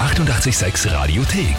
886 Radiothek.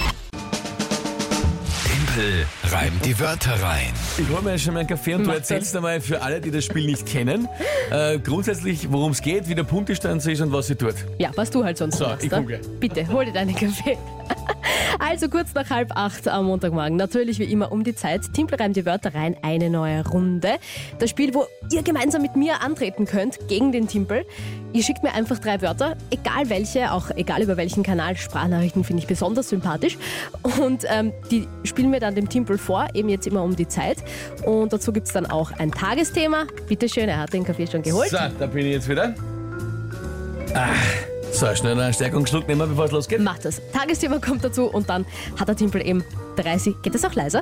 Tempel reimt die Wörter rein. Ich hole mir schon mal einen Kaffee und du erzählst einmal für alle, die das Spiel nicht kennen, grundsätzlich, worum es geht, wie der Punktestand ist und was sie tut. Ja, was du halt sonst So, machst. ich komm gleich. Bitte, hol dir deinen Kaffee. Also kurz nach 7:30 am Montagmorgen. Natürlich wie immer um die Zeit. Timpel reimt die Wörter rein, eine neue Runde. Das Spiel, wo ihr gemeinsam mit mir antreten könnt gegen den Timpel. Ihr schickt mir einfach 3 Wörter, egal welche, auch egal über welchen Kanal. Sprachnachrichten finde ich besonders sympathisch. Und die spielen wir dann dem Timpel vor, eben jetzt immer um die Zeit. Und dazu gibt es dann auch ein Tagesthema. Bitteschön, er hat den Kaffee schon geholt. So, da bin ich jetzt wieder. So, schnell einen Stärkungsschluck nehmen, bevor es losgeht. Macht das. Tagesthema kommt dazu und dann hat der Timpel eben 30. Geht das auch leiser?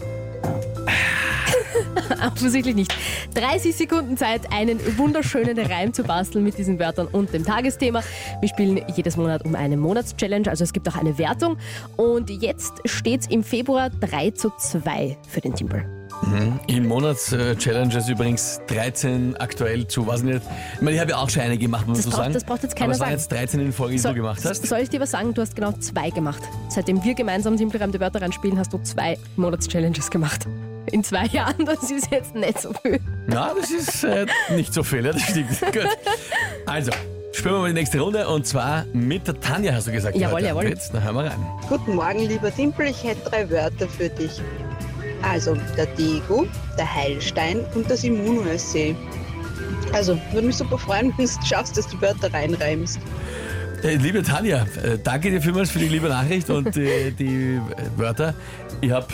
Offensichtlich nicht. 30 Sekunden Zeit, einen wunderschönen Reim zu basteln mit diesen Wörtern und dem Tagesthema. Wir spielen jedes Monat um eine Monatschallenge, also es gibt auch eine Wertung. Und jetzt steht es im Februar 3:2 für den Timpel. In Monats-Challenges übrigens 13 aktuell zu, weiß nicht. Ich meine, ich habe ja auch schon eine gemacht, muss man so sagen. Das braucht jetzt keiner aber es waren sagen. jetzt 13 in Folge, die du gemacht hast. Soll ich dir was sagen? Du hast genau 2 gemacht. Seitdem wir gemeinsam Timpel reimt die Wörter reinspielen, hast du 2 Monatschallenges gemacht. In 2 Jahren, das ist jetzt nicht so viel. Na, das ist nicht so viel, ja, das stimmt. Gut. Also, spielen wir mal die nächste Runde und zwar mit der Tanja, hast du gesagt. Jawohl, jawohl. Jetzt, dann hören wir rein. Guten Morgen, lieber Timpel. Ich hätte 3 Wörter für dich. Also, der Degu, der Heilstein und das Immuno-Essay. Also, würde mich super freuen, wenn du es schaffst, dass du Wörter reinreimst. Liebe Tanja, danke dir vielmals für die liebe Nachricht und die Wörter. Ich habe,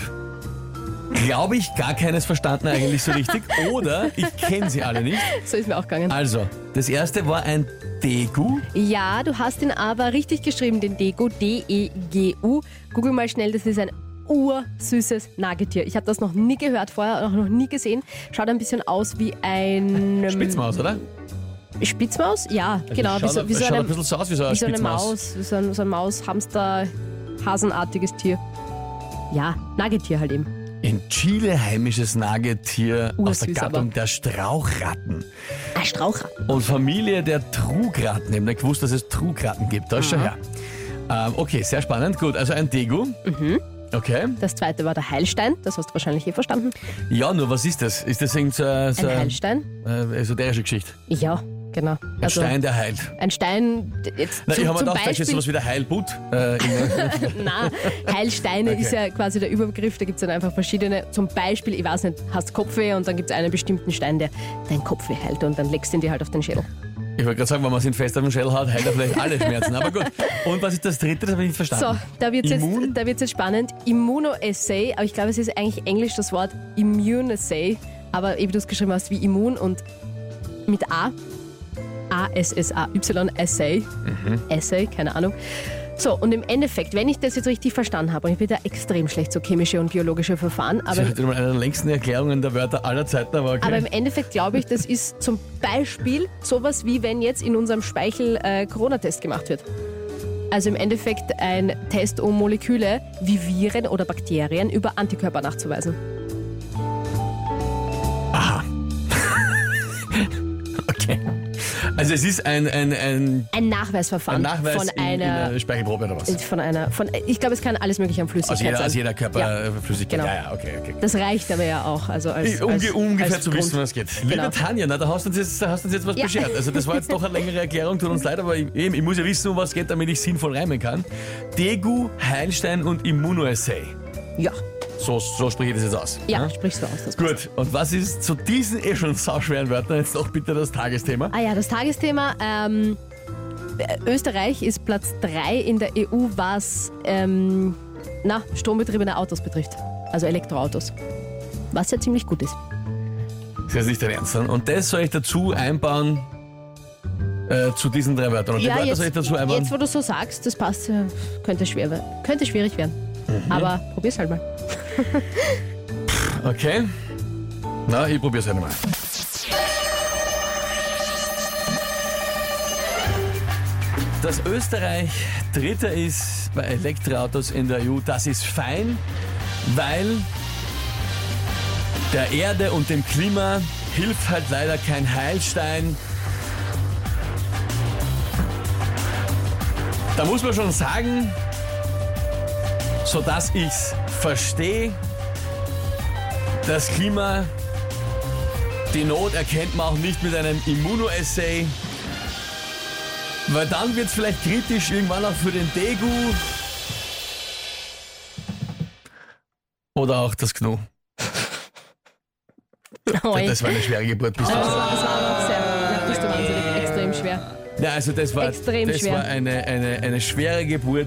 glaube ich, gar keines verstanden eigentlich so richtig. Oder ich kenne sie alle nicht. So ist mir auch gegangen. Also, das erste war ein Degu. Ja, du hast ihn aber richtig geschrieben, den Degu, D-E-G-U. Google mal schnell, das ist ein ursüßes Nagetier. Ich habe das noch nie gehört vorher, auch noch nie gesehen. Schaut ein bisschen aus wie ein... Spitzmaus, oder? Spitzmaus? Ja, Also genau. Schaut ein bisschen so aus wie so eine Spitzmaus. Maus, wie so ein Maus, Hamster, Hasenartiges Tier. Ja, Nagetier halt eben. Ein Chile heimisches Nagetier aus der Ursüß Gattung aber. der Strauchratten. Ein Strauchratten. Und Familie der Trugratten. Ich habe nicht gewusst, dass es Trugratten gibt. Da ist schon her. Okay, sehr spannend. Gut, also ein Degu. Okay. Das zweite war der Heilstein, das hast du wahrscheinlich verstanden. Ja, nur was ist das? Ist das irgend so Ein Heilstein? esoterische Geschichte? Ja, genau. Ein Stein, der heilt. Ein Stein, jetzt Na, ich habe mir zum gedacht, vielleicht ist Beispiel... sowas wie der Heilbutt. Nein, Heilsteine Okay. ist ja quasi der Überbegriff, da gibt es dann einfach verschiedene. Zum Beispiel, ich weiß nicht, hast Kopfweh und dann gibt es einen bestimmten Stein, der dein Kopfweh heilt und dann legst du ihn dir halt auf den Schädel. Ich wollte gerade sagen, wenn man es fest auf den Schädel hat, heilt er vielleicht alle Schmerzen. Aber gut. Und was ist das dritte? Das habe ich nicht verstanden. So, da wird es jetzt spannend. Immunoassay, aber ich glaube, es ist eigentlich englisch das Wort Immunoassay, aber wie du es geschrieben hast, wie Immun und mit A. A-S-S-A-Y, Assay. Assay, keine Ahnung. So, und im Endeffekt, wenn ich das jetzt richtig verstanden habe, und ich bin da extrem schlecht so chemische und biologische Verfahren, Das ist eine der längsten Erklärungen der Wörter aller Zeiten, aber okay. aber im Endeffekt glaube ich, das ist zum Beispiel sowas wie wenn jetzt in unserem Speichel Corona-Test gemacht wird. Also im Endeffekt ein Test, um Moleküle wie Viren oder Bakterien über Antikörper nachzuweisen. Aha. Okay. Also es ist ein Nachweisverfahren Nachweis von in einer... einer Speichelprobe oder was? Ich glaube, es kann alles mögliche an Flüssigkeit sein. Aus jeder Körperflüssigkeit. Genau. Ja, okay. Das reicht aber ja auch. Also Ungefähr als zu wissen, Grund. was geht. Genau. Liebe Tanja, da hast du uns jetzt was Ja. beschert. Also das war jetzt doch eine längere Erklärung, tut uns leid, aber ich muss ja wissen, um was geht, damit ich sinnvoll reimen kann. Degu, Heilstein und Immunoassay. Ja, So spreche ich das jetzt aus. ja, sprichst du aus. Das passt. Gut, und was ist zu diesen schon sauschweren Wörtern jetzt noch bitte das Tagesthema? Ah ja, das Tagesthema. Österreich ist Platz 3 in der EU, was strombetriebene Autos betrifft. Also Elektroautos. Was ja ziemlich gut ist. Das ist jetzt nicht dein Ernst. Und das soll ich dazu einbauen zu diesen 3 Wörtern. Und die Wörter soll ich dazu einbauen? jetzt, wo du so sagst, das passt, könnte schwierig werden. Aber probier's halt mal. Okay. Na, ich probier's einmal. Dass Österreich Dritter ist bei Elektroautos in der EU, das ist fein, weil der Erde und dem Klima hilft halt leider kein Heilstein. Da muss man schon sagen, sodass ich's verstehe, das Klima, die Not erkennt man auch nicht mit einem Immuno-Essay, weil dann wird's vielleicht kritisch irgendwann auch für den Degu oder auch das Gnu. Oi. Das war eine schwere Geburt. Bist du Das war auch sehr, ja, bist du wahnsinnig, extrem schwer. Ja, also das war eine schwere Geburt.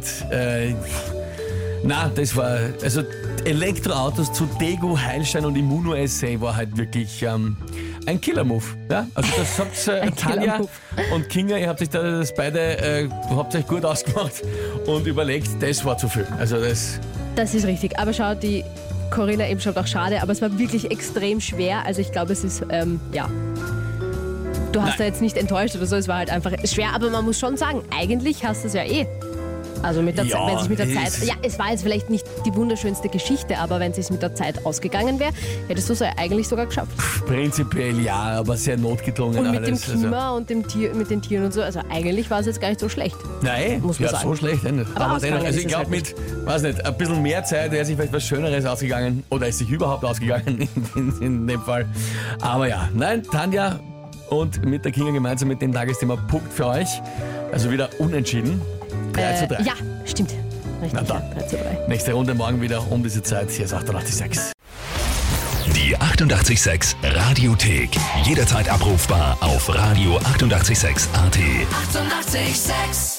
Das war, also Elektroautos zu Degu, Heilstein und Immuno-Essay war halt wirklich ein Killer-Move. Ja? Also das habt Tanja und Kinga, ihr habt euch das beide habt euch gut ausgemacht und überlegt, das war zu viel. Also Das ist richtig, aber schau, die Corinna eben schreibt auch schade, aber es war wirklich extrem schwer, also ich glaube, es ist, ja... Du hast da jetzt nicht enttäuscht oder so, es war halt einfach schwer, aber man muss schon sagen, eigentlich hast du es ja eh. Also mit der Zeit, wenn es mit der Zeit, ja, es war jetzt vielleicht nicht die wunderschönste Geschichte, aber wenn es mit der Zeit ausgegangen wäre, hättest du es ja eigentlich sogar geschafft. Prinzipiell ja, aber sehr notgedrungen Und mit alles. dem Klima und dem Tier, mit den Tieren und so, also eigentlich war es jetzt gar nicht so schlecht. Nein, muss man sagen. So schlecht nicht. Aber dennoch, also ich glaube mit, weiß nicht, ein bisschen mehr Zeit wäre sich vielleicht was Schöneres ausgegangen oder ist sich überhaupt ausgegangen in dem Fall. Aber ja, nein, Tanja und mit der Kinga gemeinsam mit dem Tagesthema Punkt für euch. Also wieder unentschieden. 3:3. Ja, stimmt. Richtig, Na dann. ja, 3:3. Nächste Runde morgen wieder um diese Zeit. Hier ist 886. Die 88,6 Radiothek. Jederzeit abrufbar auf radio886.at. 88,6. Eighty-eight, sex.